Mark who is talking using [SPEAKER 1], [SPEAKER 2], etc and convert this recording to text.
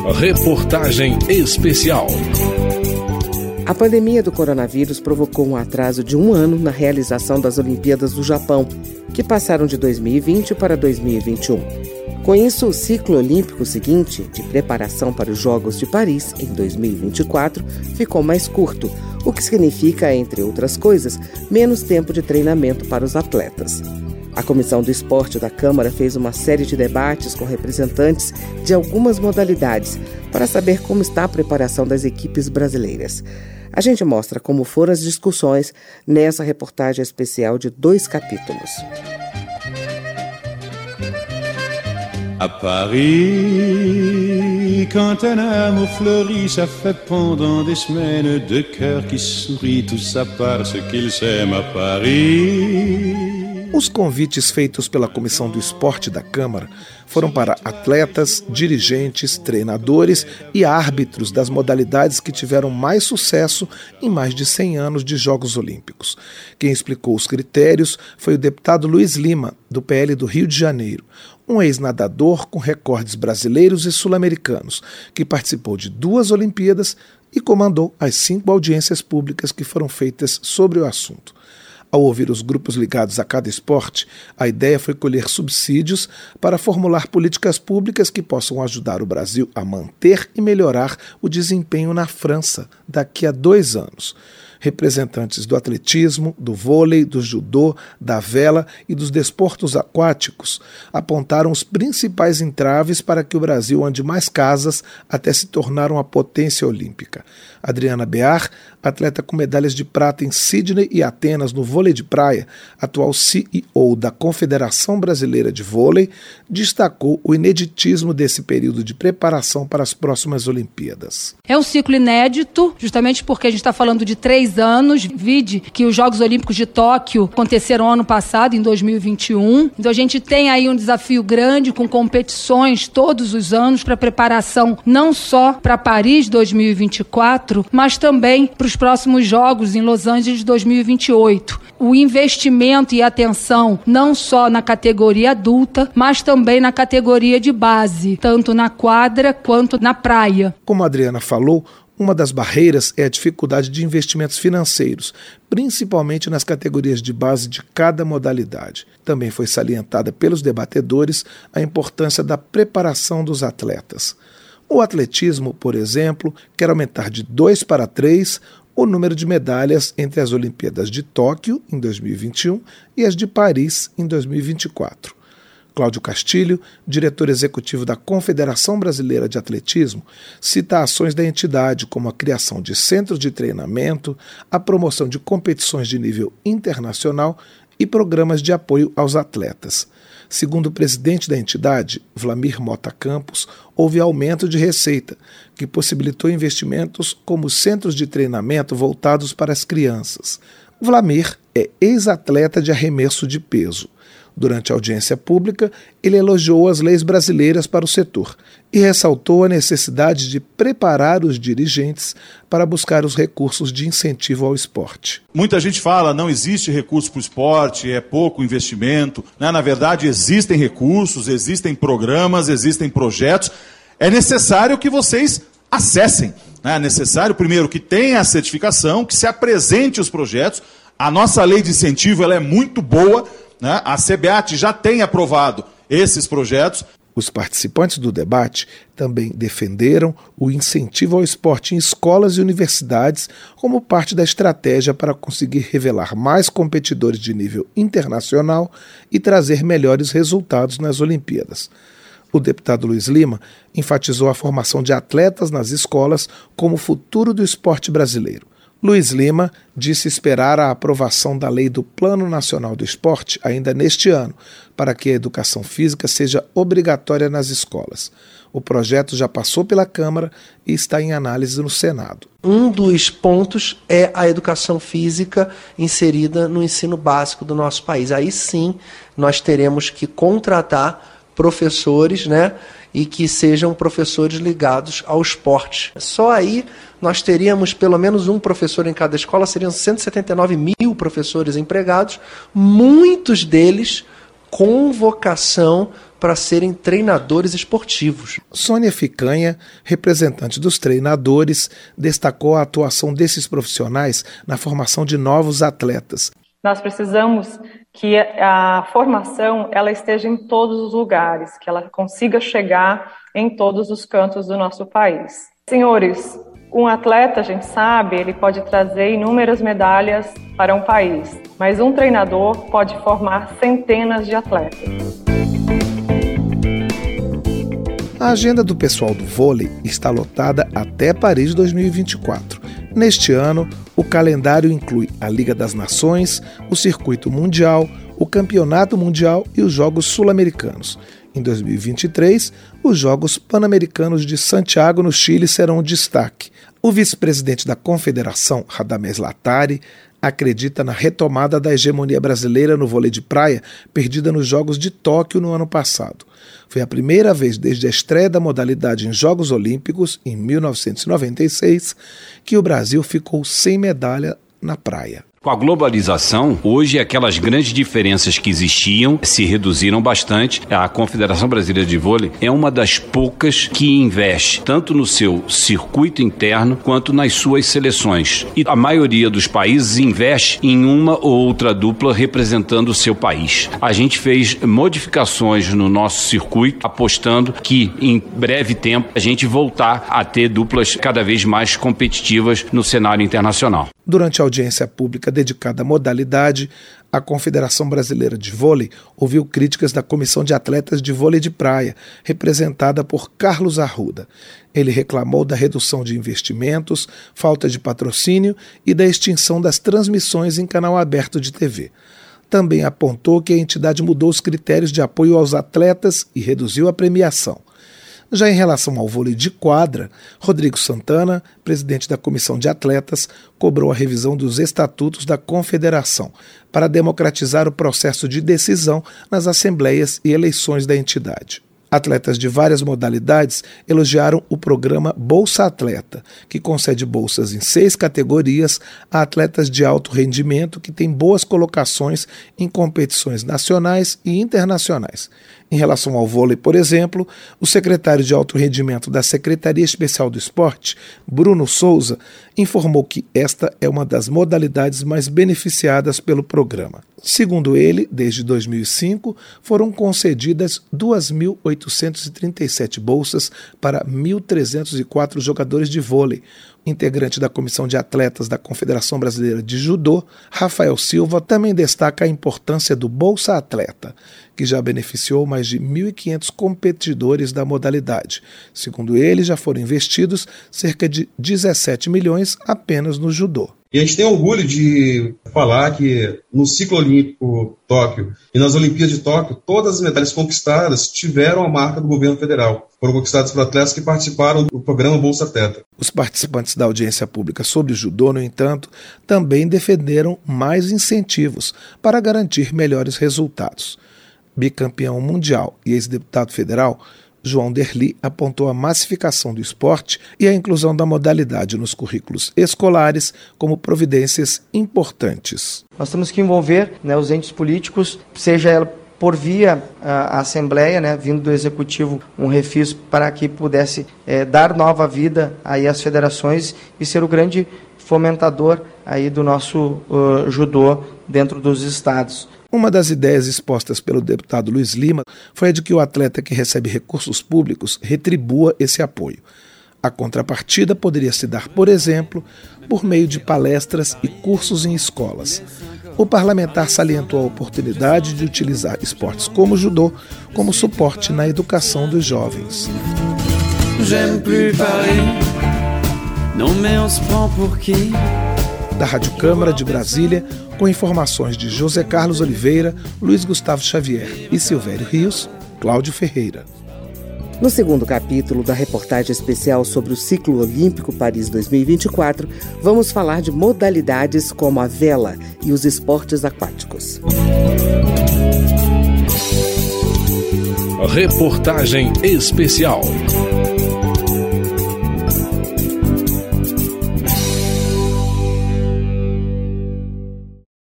[SPEAKER 1] Reportagem especial.
[SPEAKER 2] A pandemia do coronavírus provocou um atraso de 1 ano na realização das Olimpíadas do Japão, que passaram de 2020 para 2021. Com isso, o ciclo olímpico seguinte, de preparação para os Jogos de Paris, em 2024, ficou mais curto, o que significa, entre outras coisas, menos tempo de treinamento para os atletas. A Comissão do Esporte da Câmara fez uma série de debates com representantes de algumas modalidades para saber como está a preparação das equipes brasileiras. A gente mostra como foram as discussões nessa reportagem especial de 2 capítulos.
[SPEAKER 3] À Paris, quand un amour fleurit, ça fait pendant des semaines 2 cœurs qui sourient, tout ça parce qu'ils s'aiment à Paris.
[SPEAKER 4] Os convites feitos pela Comissão do Esporte da Câmara foram para atletas, dirigentes, treinadores e árbitros das modalidades que tiveram mais sucesso em mais de 100 anos de Jogos Olímpicos. Quem explicou os critérios foi o deputado Luiz Lima, do PL do Rio de Janeiro, um ex-nadador com recordes brasileiros e sul-americanos, que participou de 2 Olimpíadas e comandou as 5 audiências públicas que foram feitas sobre o assunto. Ao ouvir os grupos ligados a cada esporte, a ideia foi colher subsídios para formular políticas públicas que possam ajudar o Brasil a manter e melhorar o desempenho na França daqui a 2 anos. Representantes do atletismo, do vôlei, do judô, da vela e dos desportos aquáticos apontaram os principais entraves para que o Brasil ande mais casas até se tornar uma potência olímpica. Adriana Bear, atleta com medalhas de prata em Sydney e Atenas no vôlei de praia, atual CEO da Confederação Brasileira de Vôlei, destacou o ineditismo desse período de preparação para as próximas Olimpíadas.
[SPEAKER 5] É um ciclo inédito, justamente porque a gente está falando de 3 anos. Vide que os Jogos Olímpicos de Tóquio aconteceram ano passado, em 2021. Então a gente tem aí um desafio grande com competições todos os anos para preparação não só para Paris 2024, mas também para os próximos Jogos em Los Angeles 2028. O investimento e atenção não só na categoria adulta, mas também na categoria de base, tanto na quadra quanto na praia.
[SPEAKER 4] Como a Adriana falou, uma das barreiras é a dificuldade de investimentos financeiros, principalmente nas categorias de base de cada modalidade. Também foi salientada pelos debatedores a importância da preparação dos atletas. O atletismo, por exemplo, quer aumentar de 2 para 3 o número de medalhas entre as Olimpíadas de Tóquio, em 2021, e as de Paris, em 2024. Cláudio Castilho, diretor executivo da Confederação Brasileira de Atletismo, cita ações da entidade como a criação de centros de treinamento, a promoção de competições de nível internacional e programas de apoio aos atletas. Segundo o presidente da entidade, Vlamir Mota Campos, houve aumento de receita, que possibilitou investimentos como centros de treinamento voltados para as crianças. Vlamir é ex-atleta de arremesso de peso. Durante a audiência pública, ele elogiou as leis brasileiras para o setor e ressaltou a necessidade de preparar os dirigentes para buscar os recursos de incentivo ao esporte.
[SPEAKER 6] Muita gente fala, não existe recurso para o esporte, é pouco investimento. Na verdade, existem recursos, existem programas, existem projetos. É necessário que vocês acessem. É necessário, primeiro, que tenha a certificação, que se apresente os projetos. A nossa lei de incentivo ela é muito boa. A CBAT já tem aprovado esses projetos.
[SPEAKER 4] Os participantes do debate também defenderam o incentivo ao esporte em escolas e universidades como parte da estratégia para conseguir revelar mais competidores de nível internacional e trazer melhores resultados nas Olimpíadas. O deputado Luiz Lima enfatizou a formação de atletas nas escolas como o futuro do esporte brasileiro. Luiz Lima disse esperar a aprovação da lei do Plano Nacional do Esporte ainda neste ano, para que a educação física seja obrigatória nas escolas. O projeto já passou pela Câmara e está em análise no Senado.
[SPEAKER 7] Um dos pontos é a educação física inserida no ensino básico do nosso país. Aí sim nós teremos que contratar professores, e que sejam professores ligados ao esporte. Só aí nós teríamos pelo menos um professor em cada escola, seriam 179 mil professores empregados, muitos deles convocação para serem treinadores esportivos.
[SPEAKER 4] Sônia Ficanha, representante dos treinadores, destacou a atuação desses profissionais na formação de novos atletas.
[SPEAKER 1] Nós precisamos que a formação ela esteja em todos os lugares, que ela consiga chegar em todos os cantos do nosso país. Senhores, um atleta, a gente sabe, ele pode trazer inúmeras medalhas para um país, mas um treinador pode formar centenas de atletas.
[SPEAKER 4] A agenda do pessoal do vôlei está lotada até Paris 2024. Neste ano, o calendário inclui a Liga das Nações, o Circuito Mundial, o Campeonato Mundial e os Jogos Sul-Americanos. Em 2023, os Jogos Pan-Americanos de Santiago, no Chile, serão o destaque. O vice-presidente da Confederação, Radamés Latari, acredita na retomada da hegemonia brasileira no vôlei de praia, perdida nos Jogos de Tóquio no ano passado. Foi a primeira vez desde a estreia da modalidade em Jogos Olímpicos, em 1996, que o Brasil ficou sem medalha na praia.
[SPEAKER 8] Com a globalização, hoje aquelas grandes diferenças que existiam se reduziram bastante. A Confederação Brasileira de Vôlei é uma das poucas que investe tanto no seu circuito interno quanto nas suas seleções. E a maioria dos países investe em uma ou outra dupla representando o seu país. A gente fez modificações no nosso circuito, apostando que em breve tempo a gente voltar a ter duplas cada vez mais competitivas no cenário internacional.
[SPEAKER 4] Durante a audiência pública dedicada à modalidade, a Confederação Brasileira de Vôlei ouviu críticas da Comissão de Atletas de Vôlei de Praia, representada por Carlos Arruda. Ele reclamou da redução de investimentos, falta de patrocínio e da extinção das transmissões em canal aberto de TV. Também apontou que a entidade mudou os critérios de apoio aos atletas e reduziu a premiação. Já em relação ao vôlei de quadra, Rodrigo Santana, presidente da Comissão de Atletas, cobrou a revisão dos estatutos da Confederação para democratizar o processo de decisão nas assembleias e eleições da entidade. Atletas de várias modalidades elogiaram o programa Bolsa Atleta, que concede bolsas em 6 categorias a atletas de alto rendimento que têm boas colocações em competições nacionais e internacionais. Em relação ao vôlei, por exemplo, o secretário de alto rendimento da Secretaria Especial do Esporte, Bruno Souza, informou que esta é uma das modalidades mais beneficiadas pelo programa. Segundo ele, desde 2005, foram concedidas 2.837 bolsas para 1.304 jogadores de vôlei. Integrante da Comissão de Atletas da Confederação Brasileira de Judô, Rafael Silva também destaca a importância do Bolsa Atleta, que já beneficiou mais de 1.500 competidores da modalidade. Segundo ele, já foram investidos cerca de 17 milhões apenas no judô.
[SPEAKER 9] E a gente tem orgulho de falar que no ciclo olímpico Tóquio e nas Olimpíadas de Tóquio, todas as medalhas conquistadas tiveram a marca do governo federal. Foram conquistadas por atletas que participaram do programa Bolsa Atleta.
[SPEAKER 4] Os participantes da audiência pública sobre o judô, no entanto, também defenderam mais incentivos para garantir melhores resultados. Bicampeão mundial e ex-deputado federal, João Derli apontou a massificação do esporte e a inclusão da modalidade nos currículos escolares como providências importantes.
[SPEAKER 10] Nós temos que envolver os entes políticos, seja ela por via a Assembleia, vindo do Executivo, um refis para que pudesse dar nova vida aí às federações e ser o grande fomentador aí do nosso judô dentro dos estados.
[SPEAKER 4] Uma das ideias expostas pelo deputado Luiz Lima foi a de que o atleta que recebe recursos públicos retribua esse apoio. A contrapartida poderia se dar, por exemplo, por meio de palestras e cursos em escolas. O parlamentar salientou a oportunidade de utilizar esportes como o judô como suporte na educação dos jovens. Da Rádio Câmara de Brasília, com informações de José Carlos Oliveira, Luiz Gustavo Xavier e Silvério Rios, Cláudio Ferreira.
[SPEAKER 2] No segundo capítulo da reportagem especial sobre o ciclo olímpico Paris 2024, vamos falar de modalidades como a vela e os esportes aquáticos.
[SPEAKER 11] Reportagem especial.